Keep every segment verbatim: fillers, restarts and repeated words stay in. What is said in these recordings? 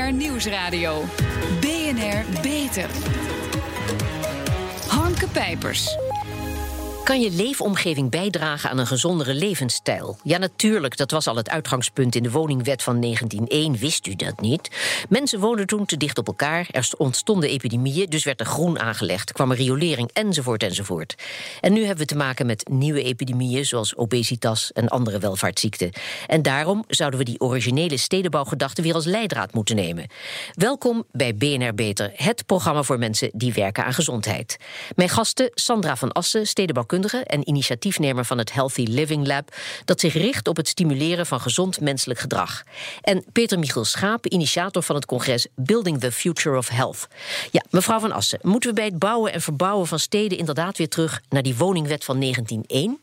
R Nieuwsradio. B N R Beter. Harmke Pijpers. Kan je leefomgeving bijdragen aan een gezondere levensstijl? Ja, natuurlijk, dat was al het uitgangspunt in de woningwet van negentien één. Wist u dat niet? Mensen woonden toen te dicht op elkaar, er ontstonden epidemieën, dus werd er groen aangelegd, kwam er riolering, enzovoort, enzovoort. En nu hebben we te maken met nieuwe epidemieën, zoals obesitas en andere welvaartsziekten. En daarom zouden we die originele stedenbouwgedachte weer als leidraad moeten nemen. Welkom bij B N R Beter, het programma voor mensen die werken aan gezondheid. Mijn gasten, Sandra van Assen, stedenbouwkundige en initiatiefnemer van het Healthy Living Lab, dat zich richt op het stimuleren van gezond menselijk gedrag. En Peter Michiel Schaap, initiator van het congres Building the Future of Health. Ja, mevrouw van Assen, moeten we bij het bouwen en verbouwen van steden inderdaad weer terug naar die woningwet van negentien één?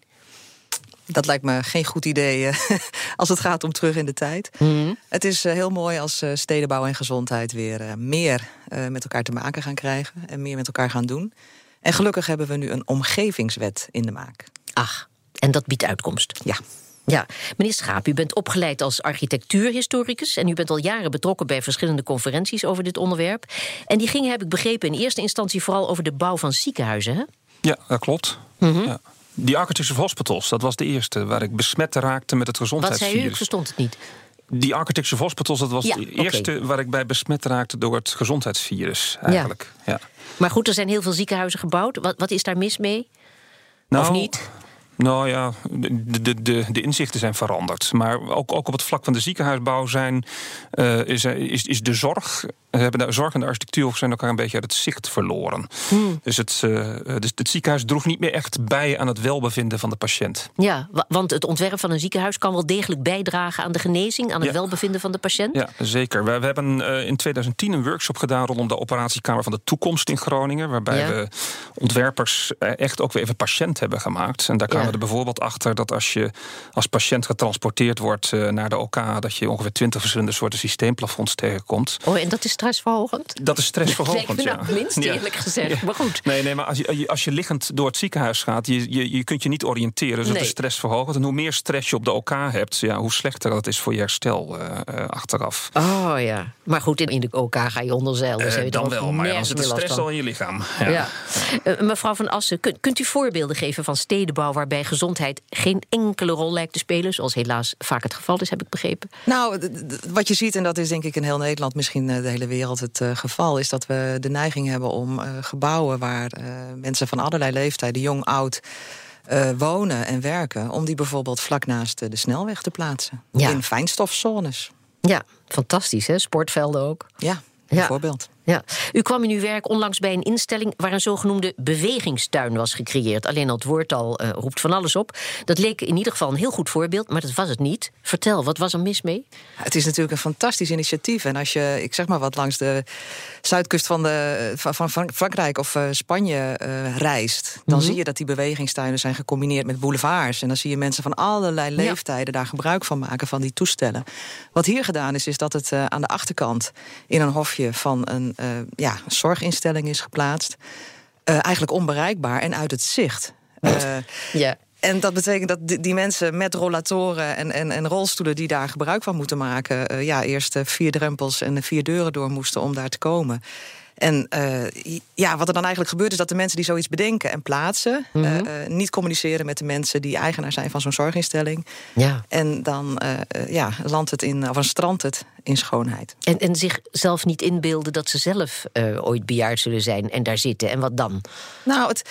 Dat lijkt me geen goed idee uh, als het gaat om terug in de tijd. Mm-hmm. Het is uh, heel mooi als uh, stedenbouw en gezondheid weer uh, meer uh, met elkaar te maken gaan krijgen en meer met elkaar gaan doen. En gelukkig hebben we nu een omgevingswet in de maak. Ach, en dat biedt uitkomst. Ja. Ja, meneer Schaap, u bent opgeleid als architectuurhistoricus en u bent al jaren betrokken bij verschillende conferenties over dit onderwerp. En die gingen, heb ik begrepen, in eerste instantie vooral over de bouw van ziekenhuizen, hè? Ja, dat klopt. Mm-hmm. Ja. Die Architects of Hospitals, dat was de eerste waar ik besmet raakte met het gezondheidsvirus. Wat zei u? Ik verstond het niet. Die Architects of Hospitals, dat was ja, de eerste okay. waar ik bij besmet raakte door het gezondheidsvirus, eigenlijk. Ja. Ja. Maar goed, er zijn heel veel ziekenhuizen gebouwd. Wat, wat is daar mis mee? Nou, of niet? Nou ja, de, de, de, de inzichten zijn veranderd. Maar ook, ook op het vlak van de ziekenhuisbouw zijn, uh, is, is, is de zorg... We hebben de zorg en de architectuur zijn elkaar een beetje uit het zicht verloren. Hmm. Dus, het, uh, dus het ziekenhuis droeg niet meer echt bij aan het welbevinden van de patiënt. Ja, want het ontwerp van een ziekenhuis kan wel degelijk bijdragen aan de genezing, aan het ja. welbevinden van de patiënt? Ja, zeker. We, we hebben uh, in tweeduizend tien een workshop gedaan rondom de operatiekamer van de toekomst in Groningen, waarbij ja. we ontwerpers echt ook weer even patiënt hebben gemaakt. En daar kwamen ja. we er bijvoorbeeld achter dat als je als patiënt getransporteerd wordt uh, naar de O K, dat je ongeveer twintig verschillende soorten systeemplafonds tegenkomt. Oh, en dat is stressverhogend? Dat is stressverhogend, ja. Nou, minst eerlijk ja. gezegd, ja. maar goed. Nee, nee, maar als je, als je liggend door het ziekenhuis gaat, je, je, je kunt je niet oriënteren, dus nee. dat is stressverhogend. En hoe meer stress je op de O K hebt, ja, hoe slechter dat is voor je herstel uh, uh, achteraf. Oh ja, maar goed, in de O K ga je onder zeil. Dus uh, dan wel, maar dan zit de stress al in je lichaam. Ja. Ja. Uh, mevrouw van Assen, kunt, kunt u voorbeelden geven van stedenbouw waarbij gezondheid geen enkele rol lijkt te spelen, zoals helaas vaak het geval is, heb ik begrepen? Nou, d- d- wat je ziet, en dat is denk ik in heel Nederland, misschien de hele wereld het uh, geval, is dat we de neiging hebben om uh, gebouwen waar uh, mensen van allerlei leeftijden, jong, oud, uh, wonen en werken, om die bijvoorbeeld vlak naast uh, de snelweg te plaatsen. Ja. In fijnstofzones. Ja, fantastisch, hè? Sportvelden ook. Ja, bijvoorbeeld. Ja. Ja. U kwam in uw werk onlangs bij een instelling waar een zogenoemde bewegingstuin was gecreëerd. Alleen al het woord al uh, roept van alles op. Dat leek in ieder geval een heel goed voorbeeld, maar dat was het niet. Vertel, wat was er mis mee? Het is natuurlijk een fantastisch initiatief. En als je, ik zeg maar wat, langs de zuidkust van, de, van Frankrijk of uh, Spanje uh, reist, dan mm-hmm. zie je dat die bewegingstuinen zijn gecombineerd met boulevards. En dan zie je mensen van allerlei leeftijden ja. daar gebruik van maken, van die toestellen. Wat hier gedaan is, is dat het uh, aan de achterkant in een hofje van een Uh, ja, zorginstelling is geplaatst. Uh, eigenlijk onbereikbaar en uit het zicht. Uh, ja. En dat betekent dat die, die mensen met rollatoren en, en, en rolstoelen die daar gebruik van moeten maken, Uh, ja, eerst uh, vier drempels en vier deuren door moesten om daar te komen. En uh, ja, wat er dan eigenlijk gebeurt is dat de mensen die zoiets bedenken en plaatsen, mm-hmm. uh, uh, niet communiceren met de mensen die eigenaar zijn van zo'n zorginstelling. Ja. En dan uh, uh, ja, landt het in, of dan strandt het in schoonheid. En, en zichzelf niet inbeelden dat ze zelf uh, ooit bejaard zullen zijn en daar zitten. En wat dan? Nou, het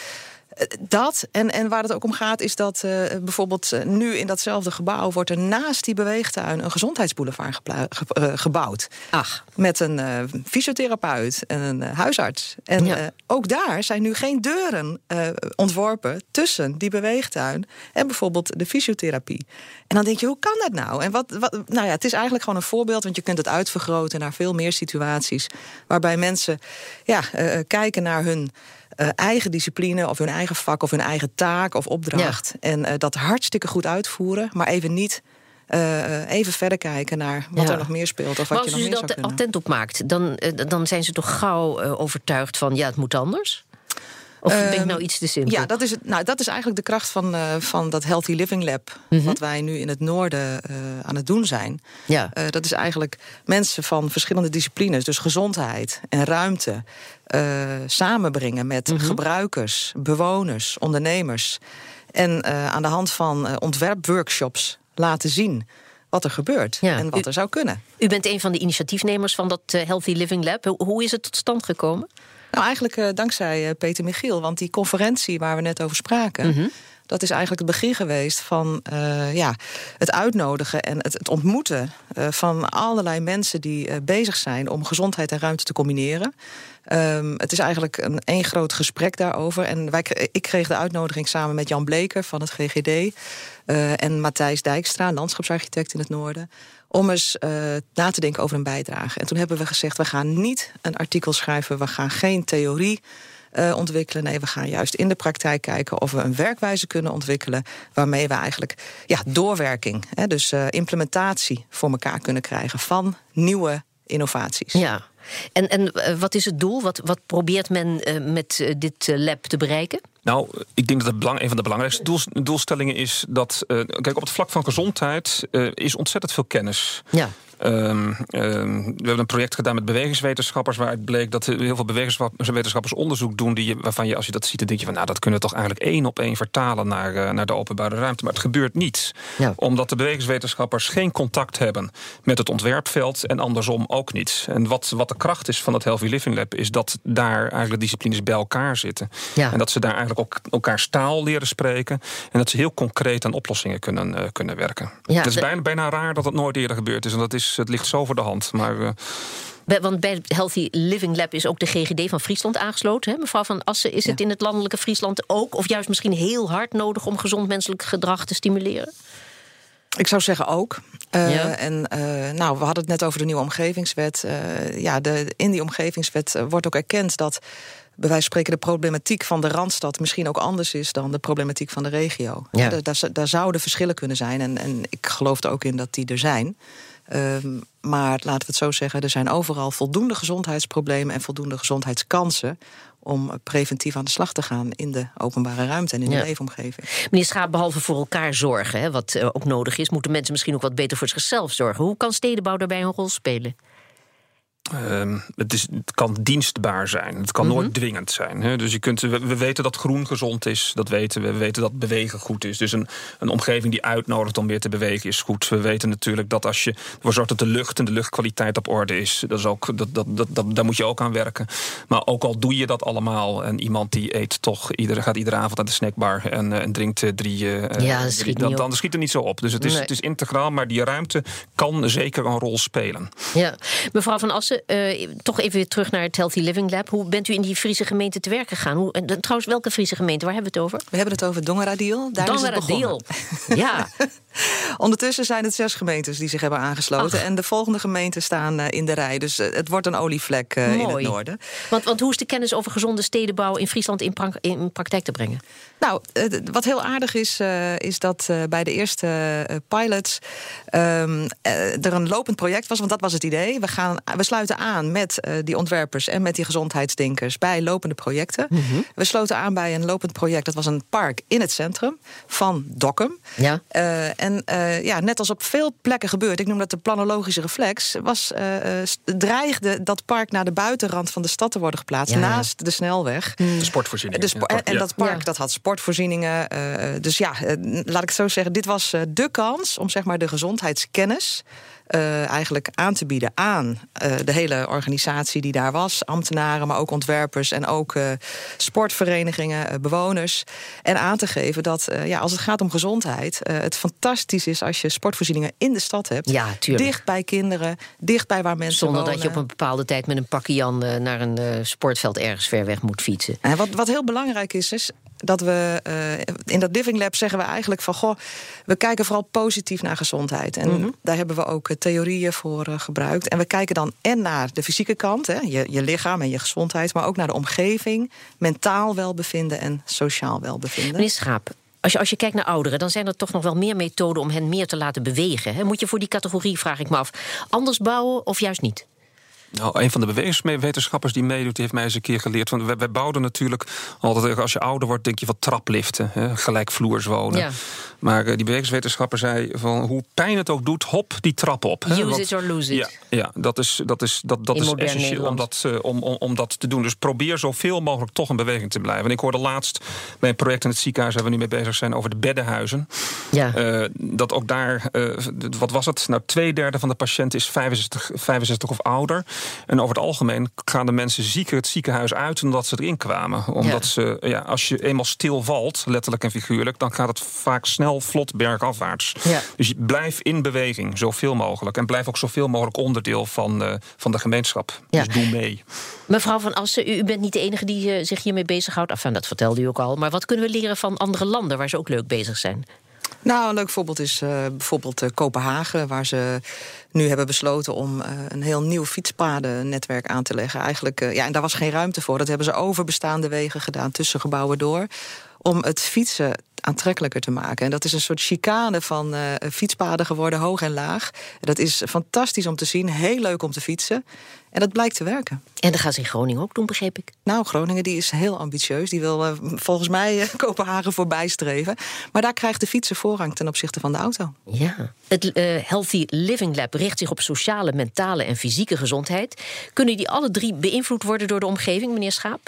Dat, en, en waar het ook om gaat, is dat uh, bijvoorbeeld uh, nu in datzelfde gebouw wordt er naast die beweegtuin een gezondheidsboulevard gepla- ge- uh, gebouwd. Ach. Met een uh, fysiotherapeut en een uh, huisarts. En ja. uh, ook daar zijn nu geen deuren uh, ontworpen tussen die beweegtuin en bijvoorbeeld de fysiotherapie. En dan denk je, hoe kan dat nou? En wat, wat, nou ja, het is eigenlijk gewoon een voorbeeld, want je kunt het uitvergroten naar veel meer situaties waarbij mensen ja, uh, kijken naar hun Uh, eigen discipline of hun eigen vak of hun eigen taak of opdracht. Ja. En uh, dat hartstikke goed uitvoeren, maar even niet uh, even verder kijken naar wat ja. er nog meer speelt. Of wat maar je als nog u meer dat zou kunnen. attent op maakt, dan, uh, dan zijn ze toch gauw uh, overtuigd van ja, het moet anders? Of ben ik nou iets te simpel? Ja, dat is, het, nou, dat is eigenlijk de kracht van, uh, van dat Healthy Living Lab... Mm-hmm. wat wij nu in het noorden uh, aan het doen zijn. Ja. Uh, dat is eigenlijk mensen van verschillende disciplines... dus gezondheid en ruimte... Uh, samenbrengen met mm-hmm. gebruikers, bewoners, ondernemers... en uh, aan de hand van uh, ontwerpworkshops laten zien... wat er gebeurt ja. en wat u, er zou kunnen. U bent een van de initiatiefnemers van dat uh, Healthy Living Lab. Hoe, hoe is het tot stand gekomen? Nou, eigenlijk uh, dankzij uh, Peter Michiel. Want die conferentie waar we net over spraken... Mm-hmm. dat is eigenlijk het begin geweest van uh, ja, het uitnodigen... en het, het ontmoeten uh, van allerlei mensen die uh, bezig zijn... om gezondheid en ruimte te combineren. Um, het is eigenlijk een één groot gesprek daarover. En wij, ik kreeg de uitnodiging samen met Jan Bleker van het G G D... Uh, en Matthijs Dijkstra, landschapsarchitect in het noorden... om eens uh, na te denken over een bijdrage. En toen hebben we gezegd, we gaan niet een artikel schrijven... we gaan geen theorie uh, ontwikkelen. Nee, we gaan juist in de praktijk kijken of we een werkwijze kunnen ontwikkelen... waarmee we eigenlijk ja, doorwerking, hè, dus uh, implementatie voor elkaar kunnen krijgen... van nieuwe innovaties. Ja. En, en uh, wat is het doel? Wat, wat probeert men uh, met uh, dit uh, lab te bereiken? Nou, ik denk dat het belang, een van de belangrijkste doel, doelstellingen is dat... Uh, kijk, op het vlak van gezondheid uh, is ontzettend veel kennis. Ja. Um, um, we hebben een project gedaan met bewegingswetenschappers... waaruit bleek dat heel veel bewegingswetenschappers onderzoek doen... Die je, waarvan je, als je dat ziet, dan denk je van... nou, dat kunnen we toch eigenlijk één op één vertalen naar, uh, naar de openbare ruimte. Maar het gebeurt niet. Ja. Omdat de bewegingswetenschappers geen contact hebben met het ontwerpveld... en andersom ook niet. En wat, wat de kracht is van het Healthy Living Lab... is dat daar eigenlijk disciplines bij elkaar zitten. Ja. En dat ze daar eigenlijk ook elkaars taal leren spreken... en dat ze heel concreet aan oplossingen kunnen, uh, kunnen werken. Ja, het is de... bijna, bijna raar dat het nooit eerder gebeurd is... en dat is het ligt zo voor de hand. Maar, uh... bij, want bij het Healthy Living Lab is ook de G G D van Friesland aangesloten. Hè? Mevrouw Van Assen, is ja. het in het landelijke Friesland ook... of juist misschien heel hard nodig om gezond menselijk gedrag te stimuleren? Ik zou zeggen ook. Uh, ja. En uh, nou, we hadden het net over de nieuwe omgevingswet. Uh, ja, de, in die omgevingswet uh, wordt ook erkend dat... bij wijze van spreken de problematiek van de Randstad... misschien ook anders is dan de problematiek van de regio. Ja. Daar, daar, daar zouden verschillen kunnen zijn. En, en ik geloof er ook in dat die er zijn. Um, maar laten we het zo zeggen... er zijn overal voldoende gezondheidsproblemen... en voldoende gezondheidskansen... om preventief aan de slag te gaan in de openbare ruimte en in ja. de leefomgeving. Meneer Schaap, behalve voor elkaar zorgen, hè, wat uh, ook nodig is... moeten mensen misschien ook wat beter voor zichzelf zorgen. Hoe kan stedenbouw daarbij een rol spelen? Um, het, is, het kan dienstbaar zijn. Het kan mm-hmm. nooit dwingend zijn. Hè? Dus je kunt, we, we weten dat groen gezond is. Dat weten we. We weten dat bewegen goed is. Dus een, een omgeving die uitnodigt om weer te bewegen is goed. We weten natuurlijk dat als je ervoor zorgt dat de lucht en de luchtkwaliteit op orde is... Dat is ook, dat, dat, dat, dat, daar moet je ook aan werken. Maar ook al doe je dat allemaal... en iemand die eet toch iedere, gaat iedere avond aan de snackbar... en, en drinkt uh, drie... Uh, ja, dat schiet, dan, dan schiet er niet zo op. Dus het is, nee. het is integraal, maar die ruimte kan zeker een rol spelen. Ja. Mevrouw Van Assen... Uh, toch even weer terug naar het Healthy Living Lab. Hoe bent u in die Friese gemeente te werk gegaan? Hoe, en, trouwens, welke Friese gemeente? Waar hebben we het over? We hebben het over Dongeradiel. Daar Dongeradiel. is het begonnen. Ja. Ondertussen zijn het zes gemeentes die zich hebben aangesloten. Ach. En de volgende gemeenten staan uh, in de rij. Dus uh, het wordt een olievlek uh, in het noorden. Want, want hoe is de kennis over gezonde stedenbouw in Friesland in, pra- in praktijk te brengen? Nou, uh, wat heel aardig is, uh, is dat uh, bij de eerste uh, pilots um, uh, er een lopend project was. Want dat was het idee. We, gaan, we sluiten aan met uh, die ontwerpers en met die gezondheidsdenkers bij lopende projecten. Mm-hmm. We sloten aan bij een lopend project. Dat was een park in het centrum van Dokkum. Ja. Uh, En uh, ja, net als op veel plekken gebeurt, ik noem dat de planologische reflex, was, uh, dreigde dat park naar de buitenrand van de stad te worden geplaatst, ja, ja. naast de snelweg. De sportvoorzieningen. De spo- en, en dat park ja. dat had sportvoorzieningen. Uh, dus ja, uh, laat ik het zo zeggen, dit was uh, de kans om zeg maar de gezondheidskennis Uh, eigenlijk aan te bieden aan uh, de hele organisatie die daar was. Ambtenaren, maar ook ontwerpers en ook uh, sportverenigingen, uh, bewoners. En aan te geven dat uh, ja, als het gaat om gezondheid, Uh, het fantastisch is als je sportvoorzieningen in de stad hebt. Ja, tuurlijk. Dicht bij kinderen, dicht bij waar mensen Zonder wonen. dat je op een bepaalde tijd met een pakje Jan uh, naar een uh, sportveld ergens ver weg moet fietsen. En wat, wat heel belangrijk is, is dat we uh, in dat Living Lab zeggen we eigenlijk van goh, we kijken vooral positief naar gezondheid. En mm-hmm. daar hebben we ook uh, theorieën voor uh, gebruikt. En we kijken dan en naar de fysieke kant, hè, je, je lichaam en je gezondheid, maar ook naar de omgeving, mentaal welbevinden en sociaal welbevinden. Meneer Schaap, Als je, als je kijkt naar ouderen, dan zijn er toch nog wel meer methoden om hen meer te laten bewegen. Hè? Moet je voor die categorie, vraag ik me af, anders bouwen of juist niet? Nou, een van de bewegingswetenschappers die meedoet, die heeft mij eens een keer geleerd. Want wij, wij bouwden natuurlijk altijd, als je ouder wordt, denk je van trapliften, hè, gelijkvloers wonen. Ja. Maar uh, die bewegingswetenschapper zei van hoe pijn het ook doet, hop die trap op. Hè, Use want, it or lose it. Ja, ja dat is, dat is, dat, dat is essentieel om dat, uh, om, om, om dat te doen. Dus probeer zoveel mogelijk toch in beweging te blijven. En ik hoorde laatst bij een project in het ziekenhuis waar we nu mee bezig zijn over de beddenhuizen. Ja. Uh, dat ook daar, uh, wat was het? Nou, twee derde van de patiënten is vijfenzestig, vijfenzestig of ouder. En over het algemeen gaan de mensen zieker het ziekenhuis uit dan dat ze erin kwamen. Omdat ja. ze, ja, als je eenmaal stilvalt, letterlijk en figuurlijk, dan gaat het vaak snel, vlot bergafwaarts. Ja. Dus blijf in beweging, zoveel mogelijk. En blijf ook zoveel mogelijk onderdeel van, uh, van de gemeenschap. Ja. Dus doe mee. Mevrouw Van Assen, u bent niet de enige die uh, zich hiermee bezighoudt. Enfin, dat vertelde u ook al. Maar wat kunnen we leren van andere landen waar ze ook leuk bezig zijn? Nou, een leuk voorbeeld is uh, bijvoorbeeld uh, Kopenhagen, waar ze nu hebben besloten om uh, een heel nieuw fietspadennetwerk aan te leggen. Eigenlijk, uh, ja, en daar was geen ruimte voor. Dat hebben ze over bestaande wegen gedaan, tussen gebouwen door, om het fietsen aantrekkelijker te maken. En dat is een soort chicane van uh, fietspaden geworden, hoog en laag. En dat is fantastisch om te zien, heel leuk om te fietsen. En dat blijkt te werken. En dat gaan ze in Groningen ook doen, begreep ik? Nou, Groningen die is heel ambitieus. Die wil uh, volgens mij uh, Kopenhagen voorbij streven. Maar daar krijgt de fietser voorrang ten opzichte van de auto. Ja. Het uh, Healthy Living Lab richt zich op sociale, mentale en fysieke gezondheid. Kunnen die alle drie beïnvloed worden door de omgeving, meneer Schaap?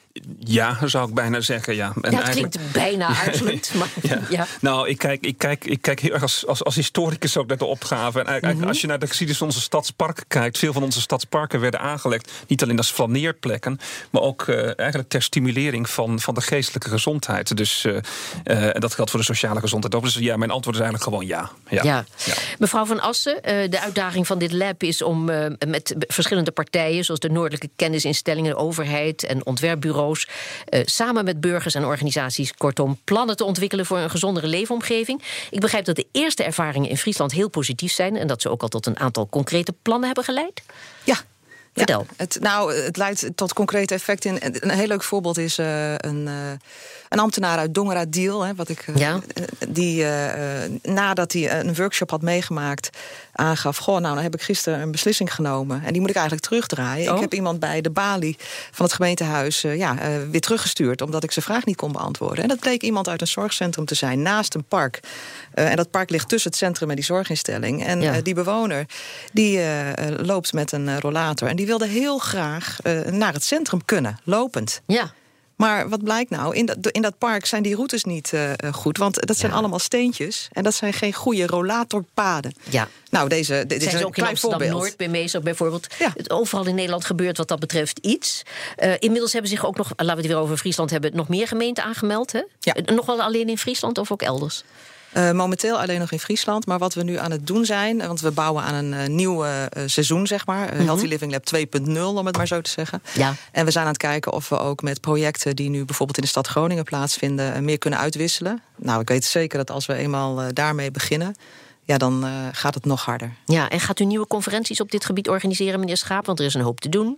Ja, zou ik bijna zeggen, ja. En ja, het eigenlijk klinkt bijna aarzelend. Maar, ja. Ja. Nou, ik kijk, ik kijk, ik kijk heel erg als, als, als historicus ook naar de opgave. En eigenlijk, mm-hmm. als je naar de geschiedenis van onze stadsparken kijkt, veel van onze stadsparken werden aangelegd, niet alleen als flaneerplekken, maar ook uh, eigenlijk ter stimulering van, van de geestelijke gezondheid. Dus uh, uh, dat geldt voor de sociale gezondheid ook. Dus ja, mijn antwoord is eigenlijk gewoon ja. Ja. ja. ja. Mevrouw Van Assen, uh, de uitdaging van dit lab is om uh, met verschillende partijen, zoals de Noordelijke Kennisinstellingen, de overheid en ontwerpbureaus, Uh, samen met burgers en organisaties, kortom, plannen te ontwikkelen voor een gezondere leefomgeving. Ik begrijp dat de eerste ervaringen in Friesland heel positief zijn en dat ze ook al tot een aantal concrete plannen hebben geleid. Ja. Vertel. Ja, het, nou, het leidt tot concrete effecten. Een heel leuk voorbeeld is uh, een, uh, een ambtenaar uit Dongeradiel, hè, wat ik, uh, ja. die uh, nadat hij een workshop had meegemaakt, aangaf, goh, nou, dan heb ik gisteren een beslissing genomen. En die moet ik eigenlijk terugdraaien. Oh. Ik heb iemand bij de balie van het gemeentehuis uh, ja, uh, weer teruggestuurd, omdat ik zijn vraag niet kon beantwoorden. En dat bleek iemand uit een zorgcentrum te zijn, naast een park. Uh, en dat park ligt tussen het centrum en die zorginstelling. En ja. uh, die bewoner, die uh, loopt met een uh, rollator. En die wilde heel graag uh, naar het centrum kunnen, lopend. Ja. Maar wat blijkt nou? In dat, in dat park zijn die routes niet uh, goed. Want dat zijn ja. allemaal steentjes. En dat zijn geen goede rollatorpaden. Ja. Nou, deze, dit is een ook klein in voorbeeld. Noord, bij Meester bijvoorbeeld. Ja. Overal in Nederland gebeurt wat dat betreft iets. Uh, inmiddels hebben zich ook nog, laten we het weer over Friesland hebben, nog meer gemeenten aangemeld. Hè? Ja. Uh, nog wel alleen in Friesland of ook elders? Uh, momenteel alleen nog in Friesland. Maar wat we nu aan het doen zijn, want we bouwen aan een uh, nieuw uh, seizoen, zeg maar. Mm-hmm. Healthy Living Lab twee punt nul, om het maar zo te zeggen. Ja. En we zijn aan het kijken of we ook met projecten die nu bijvoorbeeld in de stad Groningen plaatsvinden, uh, meer kunnen uitwisselen. Nou, ik weet zeker dat als we eenmaal uh, daarmee beginnen, ja, dan uh, gaat het nog harder. Ja, en gaat u nieuwe conferenties op dit gebied organiseren, meneer Schaap? Want er is een hoop te doen.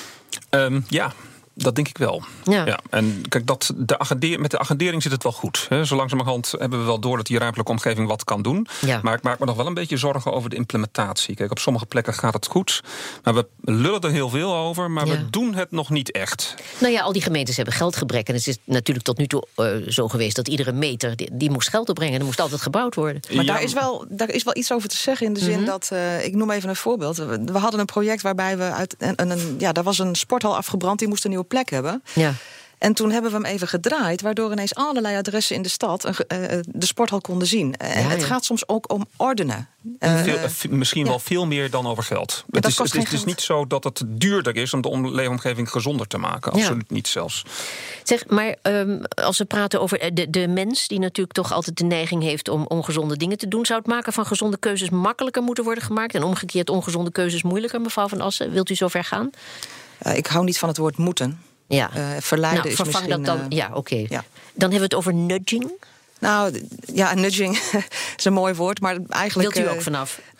Um, ja. Dat denk ik wel. Ja. Ja, en kijk, dat de agendeer, met de agendering zit het wel goed. Hè. Zo langzamerhand hebben we wel door dat die ruimtelijke omgeving wat kan doen. Ja. Maar ik maak me nog wel een beetje zorgen over de implementatie. Kijk, op sommige plekken gaat het goed. Maar we lullen er heel veel over, maar ja. we doen het nog niet echt. Nou ja, al die gemeentes hebben geldgebrek. En het is natuurlijk tot nu toe uh, zo geweest dat iedere meter, die, die moest geld opbrengen. Er moest altijd gebouwd worden. Maar ja. daar, is wel, daar is wel iets over te zeggen in de zin mm-hmm. dat, uh, ik noem even een voorbeeld. We, we hadden een project waarbij we uit een, een, ja, daar was een sporthal afgebrand, die moest een nieuwe plek hebben. Ja. En toen hebben we hem even gedraaid, waardoor ineens allerlei adressen in de stad uh, de sporthal konden zien. En ja, ja. het gaat soms ook om ordenen. Uh, veel, uh, misschien ja. wel veel meer dan over geld. Het is, het is dus niet zo dat het duurder is om de leefomgeving gezonder te maken. Absoluut ja. niet zelfs. Zeg, maar um, als we praten over de, de mens, die natuurlijk toch altijd de neiging heeft om ongezonde dingen te doen, zou het maken van gezonde keuzes makkelijker moeten worden gemaakt en omgekeerd ongezonde keuzes moeilijker, mevrouw Van Assen? Wilt u zover gaan? Uh, ik hou niet van het woord moeten. Ja. Uh, verleiden nou, is misschien... dat dan, uh, ja, oké. Okay. Ja. Dan hebben we het over nudging. Nou, ja, nudging is een mooi woord, maar eigenlijk... Wilt u ook vanaf?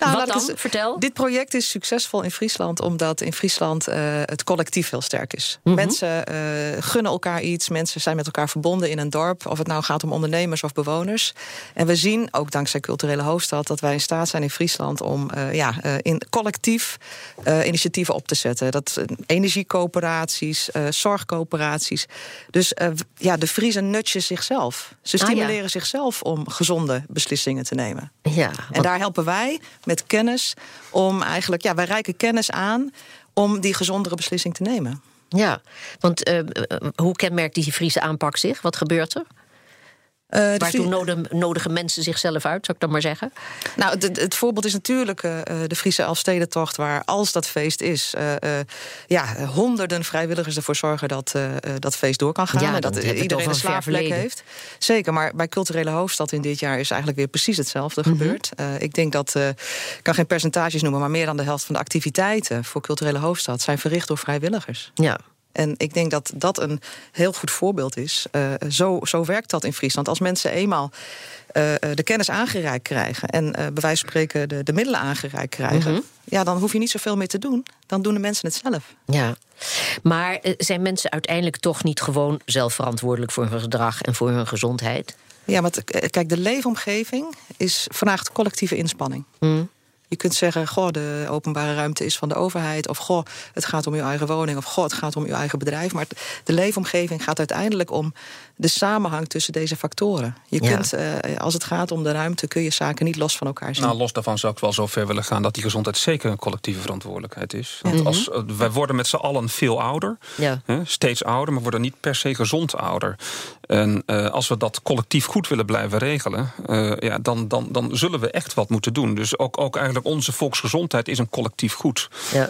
Nou, Wat laat ik dan? eens- Vertel. Dit project is succesvol in Friesland omdat in Friesland uh, het collectief heel sterk is. Mhm. Mensen uh, gunnen elkaar iets, mensen zijn met elkaar verbonden in een dorp, of het nou gaat om ondernemers of bewoners. En we zien, ook dankzij Culturele Hoofdstad, dat wij in staat zijn in Friesland om uh, ja, uh, in collectief uh, initiatieven op te zetten. Dat uh, energiecoöperaties, uh, zorgcoöperaties. Dus uh, ja, de Friezen nudgen zichzelf. Ze Ah, stimuleren ja. zichzelf om gezonde beslissingen te nemen. Ja, En want- daar helpen wij met kennis om eigenlijk, ja, wij reiken kennis aan om die gezondere beslissing te nemen. ja, want uh, hoe kenmerkt die Friese aanpak zich? Wat gebeurt er? Uh, de Waartoe Frie- nodigen, nodigen mensen zichzelf uit, zou ik dan maar zeggen? Nou, het, het voorbeeld is natuurlijk uh, de Friese Elfstedentocht, waar als dat feest is, uh, uh, ja, honderden vrijwilligers ervoor zorgen dat uh, dat feest door kan gaan. Ja, en dan dat hebben we het iedereen over een een ver slaapplek verleden. heeft. Zeker, maar bij Culturele Hoofdstad in dit jaar is eigenlijk weer precies hetzelfde Mhm. gebeurd. Uh, ik denk dat, uh, ik kan geen percentages noemen, maar meer dan de helft van de activiteiten voor Culturele Hoofdstad zijn verricht door vrijwilligers. Ja. En ik denk dat dat een heel goed voorbeeld is. Uh, zo, zo werkt dat in Friesland. Als mensen eenmaal uh, de kennis aangereikt krijgen en uh, bij wijze van spreken de, de middelen aangereikt krijgen, Mhm. ja, dan hoef je niet zoveel meer te doen. Dan doen de mensen het zelf. Ja, maar uh, zijn mensen uiteindelijk toch niet gewoon zelf verantwoordelijk voor hun gedrag en voor hun gezondheid? Ja, maar t- kijk, de leefomgeving is vraagt collectieve inspanning. Mm. Je kunt zeggen, goh, de openbare ruimte is van de overheid, of goh, het gaat om je eigen woning, of goh, het gaat om je eigen bedrijf. Maar de leefomgeving gaat uiteindelijk om de samenhang tussen deze factoren. Je Ja. kunt, uh, als het gaat om de ruimte, kun je zaken niet los van elkaar zien. Nou, los daarvan zou ik wel zo ver willen gaan dat die gezondheid zeker een collectieve verantwoordelijkheid is. Want Mhm. als, uh, wij worden met z'n allen veel ouder, Ja. hè, steeds ouder, maar worden niet per se gezond ouder. En uh, als we dat collectief goed willen blijven regelen, uh, ja, dan, dan, dan zullen we echt wat moeten doen. Dus ook, ook eigenlijk onze volksgezondheid is een collectief goed. Ja.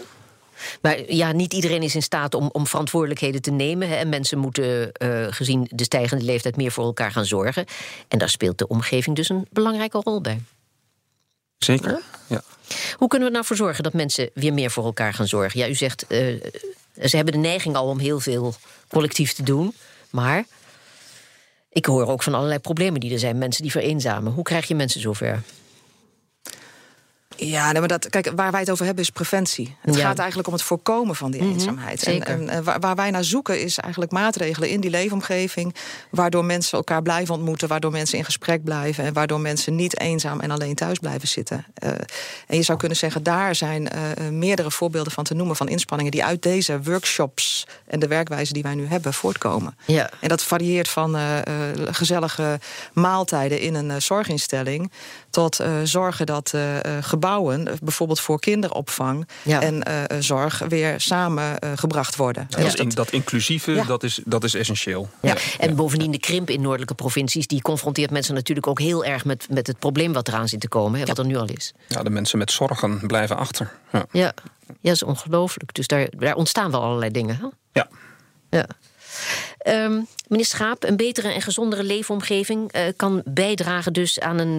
Maar ja, niet iedereen is in staat om, om verantwoordelijkheden te nemen. Hè. En mensen moeten, uh, gezien de stijgende leeftijd, meer voor elkaar gaan zorgen. En daar speelt de omgeving dus een belangrijke rol bij. Zeker, Ja? ja. Hoe kunnen we nou voor zorgen dat mensen weer meer voor elkaar gaan zorgen? Ja, u zegt, uh, ze hebben de neiging al om heel veel collectief te doen. Maar ik hoor ook van allerlei problemen die er zijn. Mensen die vereenzamen. Hoe krijg je mensen zover? Ja, nee, maar dat, kijk, waar wij het over hebben is preventie. Het Ja. gaat eigenlijk om het voorkomen van die Mhm, eenzaamheid. zeker. En, en waar, waar wij naar zoeken is eigenlijk maatregelen in die leefomgeving, waardoor mensen elkaar blijven ontmoeten, waardoor mensen in gesprek blijven en waardoor mensen niet eenzaam en alleen thuis blijven zitten. Uh, en je zou kunnen zeggen, daar zijn uh, meerdere voorbeelden van te noemen van inspanningen die uit deze workshops en de werkwijze die wij nu hebben voortkomen. Ja. En dat varieert van uh, uh, gezellige maaltijden in een uh, zorginstelling tot uh, zorgen dat uh, gebouwen, bijvoorbeeld voor kinderopvang Ja. en uh, zorg, weer samen uh, gebracht worden. Ja, Dus dat, in, dat inclusieve, Ja. dat, is, dat is essentieel. Ja. En bovendien de krimp in noordelijke provincies, die confronteert mensen natuurlijk ook heel erg met, met het probleem wat eraan zit te komen, hè, wat er nu al is. Ja, de mensen met zorgen blijven achter. Ja. Ja, ja, dat is ongelooflijk. Dus daar, daar ontstaan wel allerlei dingen. Hè? Ja. Ja. Um, meneer Schaap, een betere en gezondere leefomgeving uh, kan bijdragen dus aan een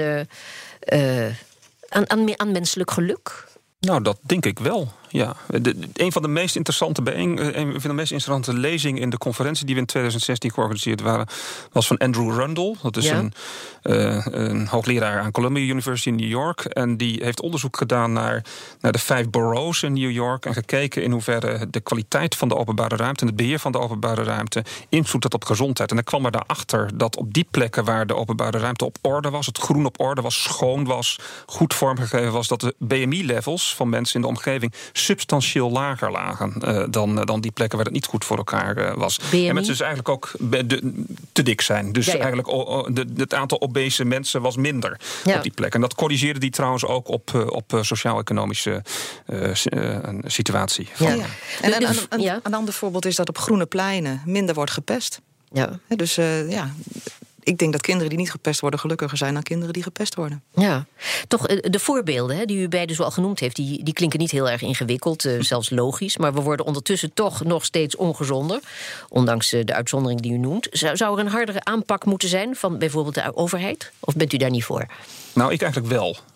uh, uh, aan, aan, aan menselijk geluk? Nou, dat denk ik wel. Ja, de, de, een van de meest interessante bijeen, een van de meest interessante lezingen in de conferentie die we in twintig zestien georganiseerd waren, was van Andrew Rundle. Dat is ja. een, uh, een hoogleraar aan Columbia University in New York. En die heeft onderzoek gedaan naar, naar de vijf boroughs in New York en gekeken in hoeverre de kwaliteit van de openbare ruimte en het beheer van de openbare ruimte invloed had op gezondheid. En dan kwam er daarachter dat op die plekken waar de openbare ruimte op orde was, het groen op orde was, schoon was, goed vormgegeven was, dat de B M I-levels van mensen in de omgeving substantieel lager lagen uh, dan, uh, dan die plekken waar het niet goed voor elkaar uh, was. B M I? En mensen dus eigenlijk ook de, te dik zijn. Dus ja, ja. eigenlijk oh, de, het aantal obese mensen was minder ja. op die plek. En dat corrigeerde die trouwens ook op, uh, op uh, sociaal-economische uh, uh, situatie. Ja. Ja. En een, dus, een, een, ja. een ander voorbeeld is dat op groene pleinen minder wordt gepest. Ja. Dus uh, ja, ik denk dat kinderen die niet gepest worden gelukkiger zijn dan kinderen die gepest worden. Ja, toch de voorbeelden hè, die u beiden zo al genoemd heeft, die, die klinken niet heel erg ingewikkeld, uh, zelfs logisch. Maar we worden ondertussen toch nog steeds ongezonder, ondanks uh, de uitzondering die u noemt. Zou, zou er een hardere aanpak moeten zijn van bijvoorbeeld de overheid? Of bent u daar niet voor? Nou, ik eigenlijk wel.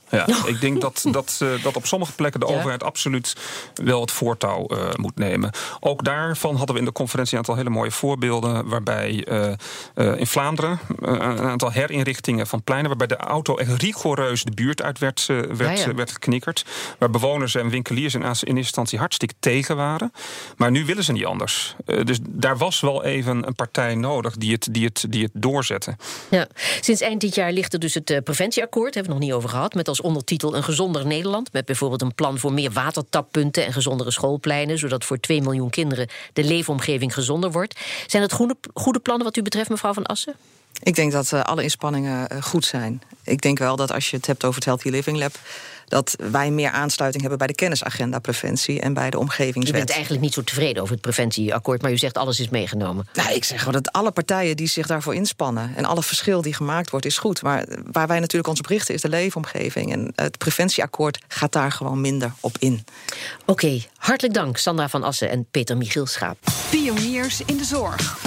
Ja, ik denk dat, dat, uh, dat op sommige plekken de ja. overheid absoluut wel het voortouw uh, moet nemen. Ook daarvan hadden we in de conferentie een aantal hele mooie voorbeelden, waarbij uh, uh, in Vlaanderen uh, een aantal herinrichtingen van pleinen, waarbij de auto echt rigoureus de buurt uit werd, uh, werd, ja, ja. Uh, werd geknikkerd. Waar bewoners en winkeliers in eerste instantie hartstikke tegen waren. Maar nu willen ze niet anders. Uh, dus daar was wel even een partij nodig die het, die het, die het doorzette. Ja. Sinds eind dit jaar ligt er dus het uh, preventieakkoord, hebben we het nog niet over gehad, met als ondertitel Een gezonder Nederland, met bijvoorbeeld een plan voor meer watertappunten en gezondere schoolpleinen, zodat voor twee miljoen kinderen de leefomgeving gezonder wordt. Zijn het goede, goede plannen wat u betreft, mevrouw Van Assen? Ik denk dat uh, alle inspanningen uh, goed zijn. Ik denk wel dat als je het hebt over het Healthy Living Lab, dat wij meer aansluiting hebben bij de kennisagenda preventie en bij de omgevingswet. U bent eigenlijk niet zo tevreden over het preventieakkoord, maar u zegt alles is meegenomen. Nou, ik zeg wel dat alle partijen die zich daarvoor inspannen en alle verschil die gemaakt wordt is goed. Maar waar wij natuurlijk ons op richten is de leefomgeving. En het preventieakkoord gaat daar gewoon minder op in. Oké, okay, hartelijk dank Sandra Van Assen en Peter Michiel Schaap. Pioniers in de zorg.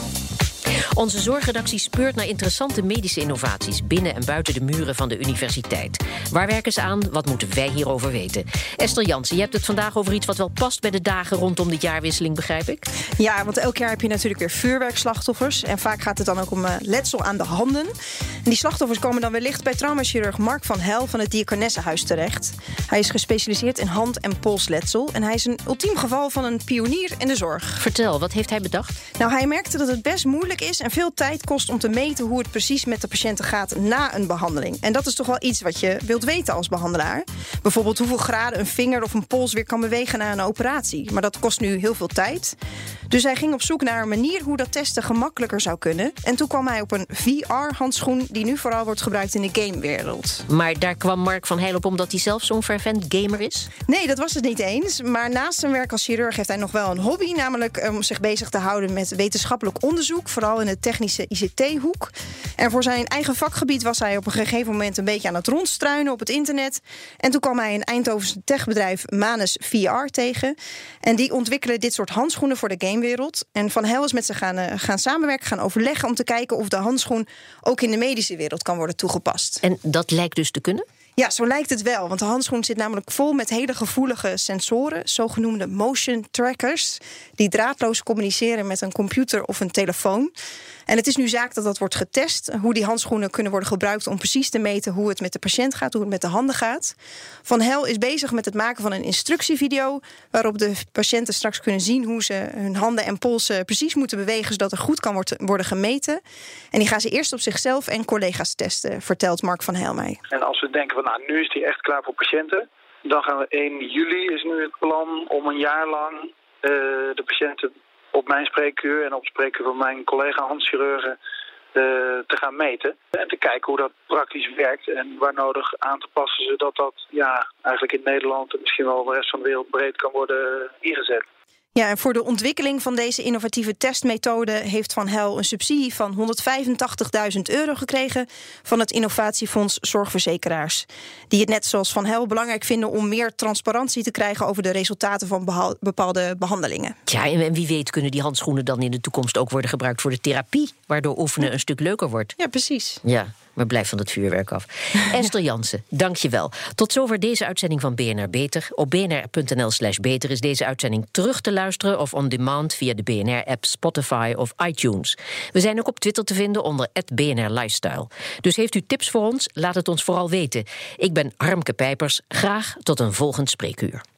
Onze zorgredactie speurt naar interessante medische innovaties binnen en buiten de muren van de universiteit. Waar werken ze aan? Wat moeten wij hierover weten? Esther Jansen, je hebt het vandaag over iets wat wel past bij de dagen rondom de jaarwisseling, begrijp ik? Ja, want elk jaar heb je natuurlijk weer vuurwerkslachtoffers. En vaak gaat het dan ook om uh, letsel aan de handen. En die slachtoffers komen dan wellicht bij traumachirurg Mark van Hel van het Diakonessenhuis terecht. Hij is gespecialiseerd in hand- en polsletsel. En hij is een ultiem geval van een pionier in de zorg. Vertel, wat heeft hij bedacht? Nou, hij merkte dat het best moeilijk is en veel tijd kost om te meten hoe het precies met de patiënten gaat na een behandeling. En dat is toch wel iets wat je wilt weten als behandelaar. Bijvoorbeeld hoeveel graden een vinger of een pols weer kan bewegen na een operatie. Maar dat kost nu heel veel tijd. Dus hij ging op zoek naar een manier hoe dat testen gemakkelijker zou kunnen. En toen kwam hij op een V R-handschoen die nu vooral wordt gebruikt in de gamewereld. Maar daar kwam Mark van Heil op omdat hij zelf zo'n fervent gamer is? Nee, dat was het niet eens. Maar naast zijn werk als chirurg heeft hij nog wel een hobby, namelijk om zich bezig te houden met wetenschappelijk onderzoek, vooral in de technische I C T-hoek. En voor zijn eigen vakgebied was hij op een gegeven moment een beetje aan het rondstruinen op het internet. En toen kwam hij een Eindhovense techbedrijf Manus V R tegen. En die ontwikkelen dit soort handschoenen voor de gamewereld. En Van Hel is met ze gaan, uh, gaan samenwerken, gaan overleggen om te kijken of de handschoen ook in de medische wereld kan worden toegepast. En dat lijkt dus te kunnen? Ja, zo lijkt het wel. Want de handschoen zit namelijk vol met hele gevoelige sensoren, zogenoemde motion trackers, die draadloos communiceren met een computer of een telefoon. En het is nu zaak dat dat wordt getest, hoe die handschoenen kunnen worden gebruikt om precies te meten hoe het met de patiënt gaat, hoe het met de handen gaat. Van Hel is bezig met het maken van een instructievideo waarop de patiënten straks kunnen zien hoe ze hun handen en polsen precies moeten bewegen, zodat er goed kan worden gemeten. En die gaan ze eerst op zichzelf en collega's testen, vertelt Mark van Hel mij. En als we denken van nou, nu is die echt klaar voor patiënten, dan gaan we één juli is nu het plan om een jaar lang uh, de patiënten op mijn spreekuur en op het spreekuur van mijn collega handchirurgen uh, te gaan meten. En te kijken hoe dat praktisch werkt en waar nodig aan te passen, zodat dat ja, eigenlijk in Nederland en misschien wel de rest van de wereld breed kan worden ingezet. Ja, en voor de ontwikkeling van deze innovatieve testmethode heeft Van Hel een subsidie van honderdvijfentachtigduizend euro gekregen van het Innovatiefonds Zorgverzekeraars. Die het net zoals Van Hel belangrijk vinden om meer transparantie te krijgen over de resultaten van beha- bepaalde behandelingen. Ja, en wie weet kunnen die handschoenen dan in de toekomst ook worden gebruikt voor de therapie, waardoor oefenen een stuk leuker wordt. Ja, precies. Ja. Maar blijf van het vuurwerk af. Esther Jansen, dank je wel. Tot zover deze uitzending van B N R Beter. Op bnr.nl slash beter is deze uitzending terug te luisteren of on demand via de B N R-app, Spotify of iTunes. We zijn ook op Twitter te vinden onder at B N R Lifestyle. Dus heeft u tips voor ons? Laat het ons vooral weten. Ik ben Harmke Pijpers. Graag tot een volgend spreekuur.